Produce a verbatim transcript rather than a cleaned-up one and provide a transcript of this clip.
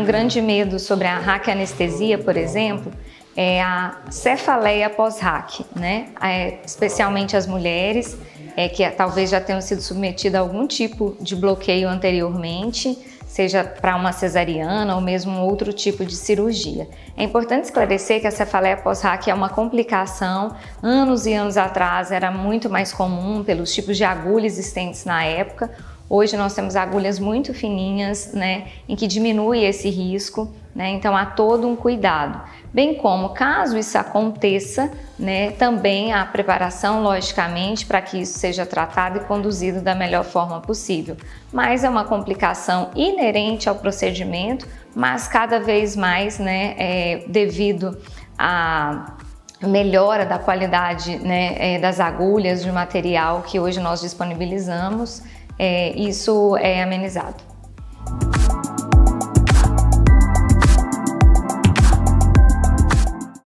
um grande medo sobre a raquianestesia, por exemplo, é a cefaleia pós-raque, né? É, especialmente as mulheres é, que talvez já tenham sido submetidas a algum tipo de bloqueio anteriormente, seja para uma cesariana ou mesmo outro tipo de cirurgia. É importante esclarecer que a cefaleia pós-raque é uma complicação. Anos e anos atrás era muito mais comum pelos tipos de agulha existentes na época. Hoje nós temos agulhas muito fininhas, né, em que diminui esse risco, né, então há todo um cuidado. Bem como, caso isso aconteça, né, também há preparação, logicamente, para que isso seja tratado e conduzido da melhor forma possível. Mas é uma complicação inerente ao procedimento, mas cada vez mais, né, é, devido à melhora da qualidade, né, é, das agulhas, de material que hoje nós disponibilizamos, É, isso é amenizado.